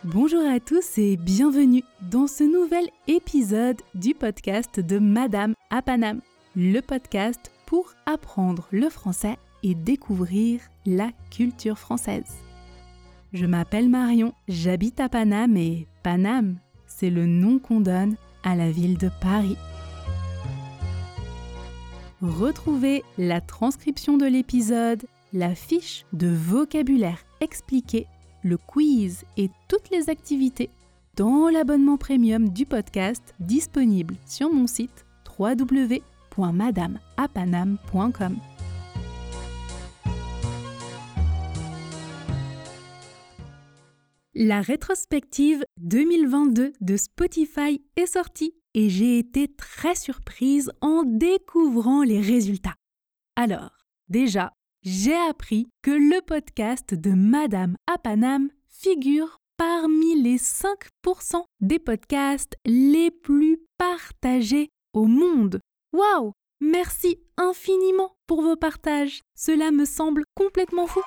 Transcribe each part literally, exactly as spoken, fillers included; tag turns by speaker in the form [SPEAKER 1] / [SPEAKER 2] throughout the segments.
[SPEAKER 1] Bonjour à tous et bienvenue dans ce nouvel épisode du podcast de Madame à Paname, le podcast pour apprendre le français et découvrir la culture française. Je m'appelle Marion, j'habite à Paname et Paname, c'est le nom qu'on donne à la ville de Paris. Retrouvez la transcription de l'épisode, la fiche de vocabulaire expliquée, le quiz et toutes les activités dans l'abonnement premium du podcast disponible sur mon site w w w point madame à paname point com. La rétrospective deux mille vingt-deux de Spotify est sortie et j'ai été très surprise en découvrant les résultats. Alors, déjà, j'ai appris que le podcast de Madame à Paname figure parmi les cinq pour cent des podcasts les plus partagés au monde. Waouh! Merci infiniment pour vos partages. Cela me semble complètement fou.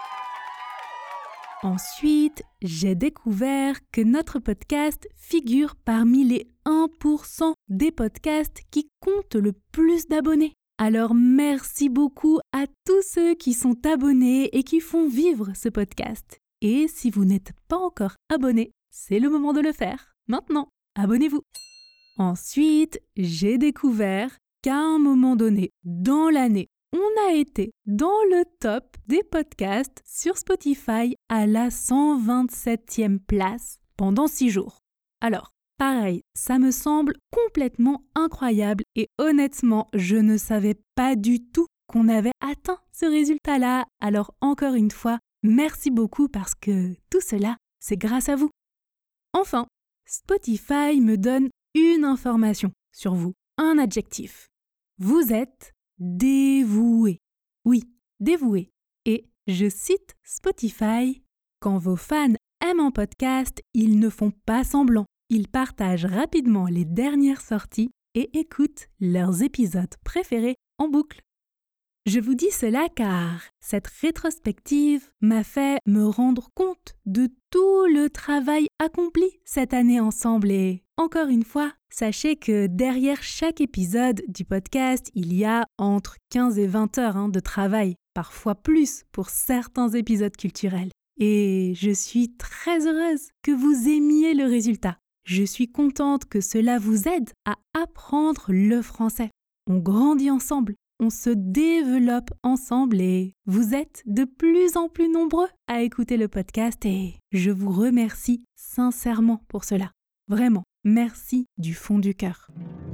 [SPEAKER 1] Ensuite, j'ai découvert que notre podcast figure parmi les un pour cent des podcasts qui comptent le plus d'abonnés. Alors merci beaucoup à tous ceux qui sont abonnés et qui font vivre ce podcast. Et si vous n'êtes pas encore abonné, c'est le moment de le faire. Maintenant, abonnez-vous. Ensuite, j'ai découvert qu'à un moment donné, dans l'année, on a été dans le top des podcasts sur Spotify à la cent vingt-septième place pendant six jours. Alors, pareil, ça me semble complètement incroyable et honnêtement, je ne savais pas du tout qu'on avait atteint ce résultat-là. Alors encore une fois, merci beaucoup parce que tout cela, c'est grâce à vous. Enfin, Spotify me donne une information sur vous, un adjectif. Vous êtes dévoué. Oui, dévoué. Et je cite Spotify, quand vos fans aiment un podcast, ils ne font pas semblant. Ils partagent rapidement les dernières sorties et écoutent leurs épisodes préférés en boucle. Je vous dis cela car cette rétrospective m'a fait me rendre compte de tout le travail accompli cette année ensemble et encore une fois, sachez que derrière chaque épisode du podcast, il y a entre quinze et vingt heures hein, de travail, parfois plus pour certains épisodes culturels. Et je suis très heureuse que vous aimiez le résultat. Je suis contente que cela vous aide à apprendre le français. On grandit ensemble, on se développe ensemble et vous êtes de plus en plus nombreux à écouter le podcast et je vous remercie sincèrement pour cela. Vraiment, merci du fond du cœur.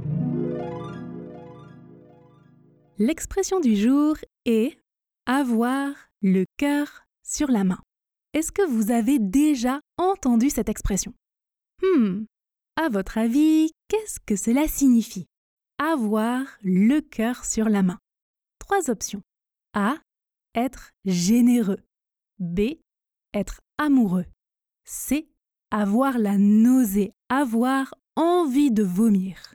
[SPEAKER 1] L'expression du jour est « avoir le cœur sur la main ». Est-ce que vous avez déjà entendu cette expression ? Hmm, à votre avis, qu'est-ce que cela signifie ? Avoir le cœur sur la main. Trois options. A. Être généreux. B. Être amoureux. C. Avoir la nausée, avoir envie de vomir.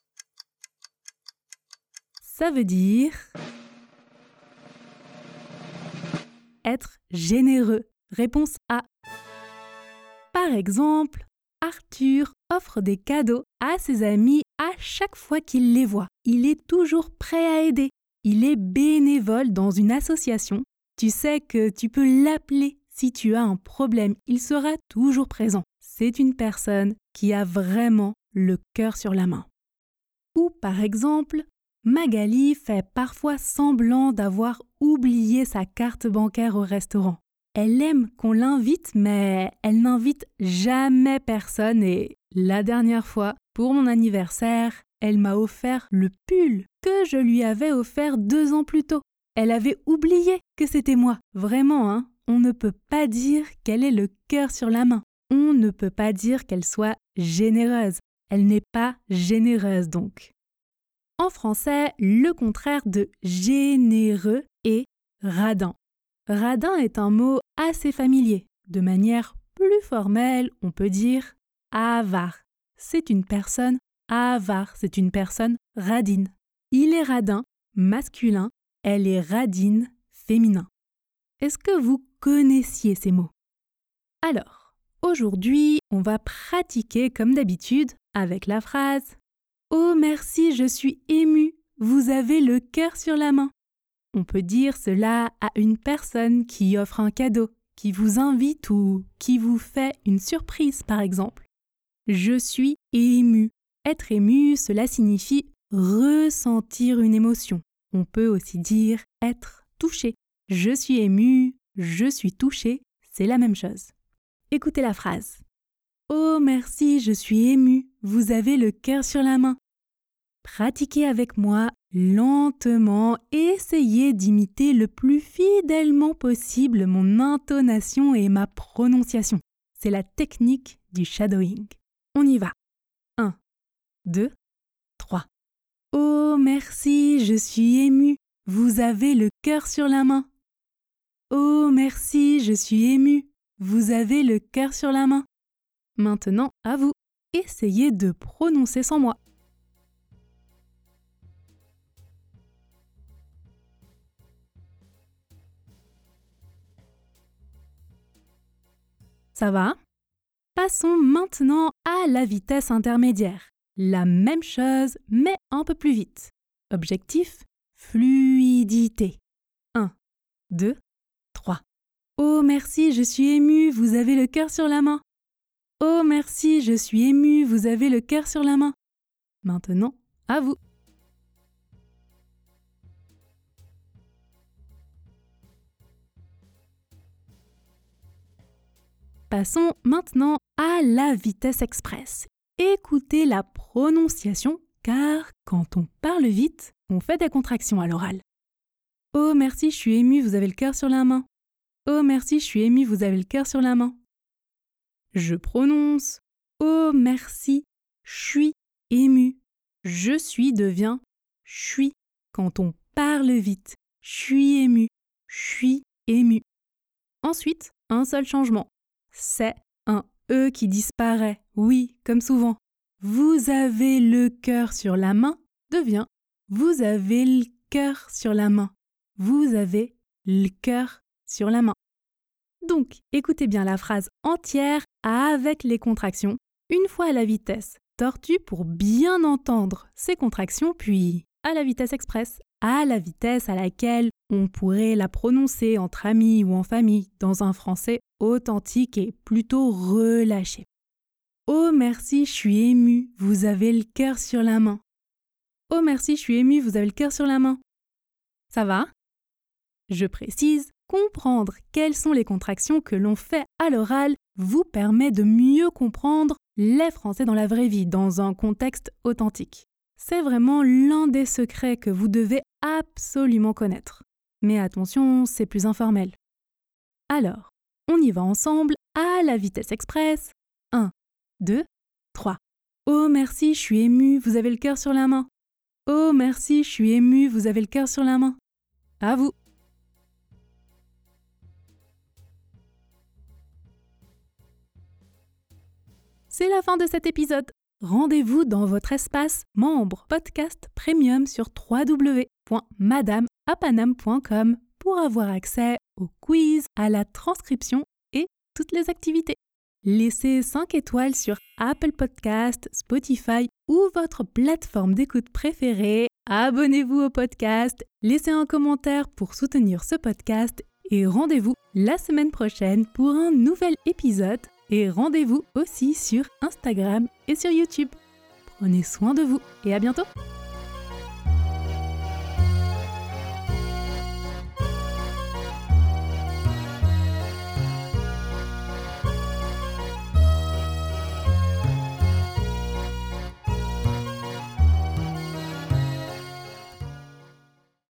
[SPEAKER 1] Ça veut dire être généreux. Réponse A. Par exemple, Arthur offre des cadeaux à ses amis à chaque fois qu'il les voit. Il est toujours prêt à aider. Il est bénévole dans une association. Tu sais que tu peux l'appeler si tu as un problème. Il sera toujours présent. C'est une personne qui a vraiment le cœur sur la main. Ou par exemple, Magali fait parfois semblant d'avoir oublié sa carte bancaire au restaurant. Elle aime qu'on l'invite, mais elle n'invite jamais personne et la dernière fois, pour mon anniversaire, elle m'a offert le pull que je lui avais offert deux ans plus tôt. Elle avait oublié que c'était moi. Vraiment, hein, on ne peut pas dire qu'elle ait le cœur sur la main. On ne peut pas dire qu'elle soit généreuse. Elle n'est pas généreuse donc. En français, le contraire de généreux est radin. Radin est un mot assez familier. De manière plus formelle, on peut dire avare. C'est une personne avare, c'est une personne radine. Il est radin, masculin, elle est radine, féminin. Est-ce que vous connaissiez ces mots ? Alors, Aujourd'hui, on va pratiquer comme d'habitude avec la phrase « Oh merci, je suis émue, vous avez le cœur sur la main ». On peut dire cela à une personne qui offre un cadeau, qui vous invite ou qui vous fait une surprise par exemple. Je suis ému. Être ému, cela signifie ressentir une émotion. On peut aussi dire être touché. Je suis ému, je suis touché, c'est la même chose. Écoutez la phrase. Oh merci, je suis ému, vous avez le cœur sur la main. Pratiquez avec moi lentement et essayez d'imiter le plus fidèlement possible mon intonation et ma prononciation. C'est la technique du shadowing. On y va. un, deux, trois. Oh merci, je suis ému, vous avez le cœur sur la main. Oh merci, je suis ému, vous avez le cœur sur la main. Maintenant, à vous, essayez de prononcer sans moi. Ça va? Passons maintenant à la vitesse intermédiaire. La même chose, mais un peu plus vite. Objectif, fluidité. un, deux, trois. Oh merci, je suis ému, vous avez le cœur sur la main. Oh merci, je suis ému, vous avez le cœur sur la main. Maintenant, à vous. Passons maintenant à la vitesse express. Écoutez la prononciation, car quand on parle vite, on fait des contractions à l'oral. Oh merci, je suis ému, vous avez le cœur sur la main. Oh merci, je suis ému, vous avez le cœur sur la main. Je prononce. Oh merci, je suis ému. Je suis devient je suis. Quand on parle vite, je suis ému, je suis ému. Ensuite, un seul changement. C'est un E qui disparaît, oui, comme souvent. Vous avez le cœur sur la main devient vous avez le cœur sur la main. Vous avez le cœur sur la main. Donc, écoutez bien la phrase entière avec les contractions, une fois à la vitesse tortue pour bien entendre ces contractions, puis à la vitesse express, à la vitesse à laquelle on pourrait la prononcer entre amis ou en famille dans un français authentique et plutôt relâché. Oh merci, je suis ému, vous avez le cœur sur la main. Oh merci, je suis ému, vous avez le cœur sur la main. Ça va? Je précise, comprendre quelles sont les contractions que l'on fait à l'oral vous permet de mieux comprendre les Français dans la vraie vie, dans un contexte authentique. C'est vraiment l'un des secrets que vous devez absolument connaître. Mais attention, c'est plus informel. Alors, on y va ensemble à la vitesse express. un, deux, trois. Oh merci, je suis ému, vous avez le cœur sur la main. Oh merci, je suis ému, vous avez le cœur sur la main. À vous. C'est la fin de cet épisode. Rendez-vous dans votre espace membre podcast premium sur w w w point madame à paname point com pour avoir accès au quiz, à la transcription et toutes les activités. Laissez cinq étoiles sur Apple Podcast, Spotify ou votre plateforme d'écoute préférée. Abonnez-vous au podcast, laissez un commentaire pour soutenir ce podcast et rendez-vous la semaine prochaine pour un nouvel épisode. Et rendez-vous aussi sur Instagram et sur YouTube. Prenez soin de vous et à bientôt!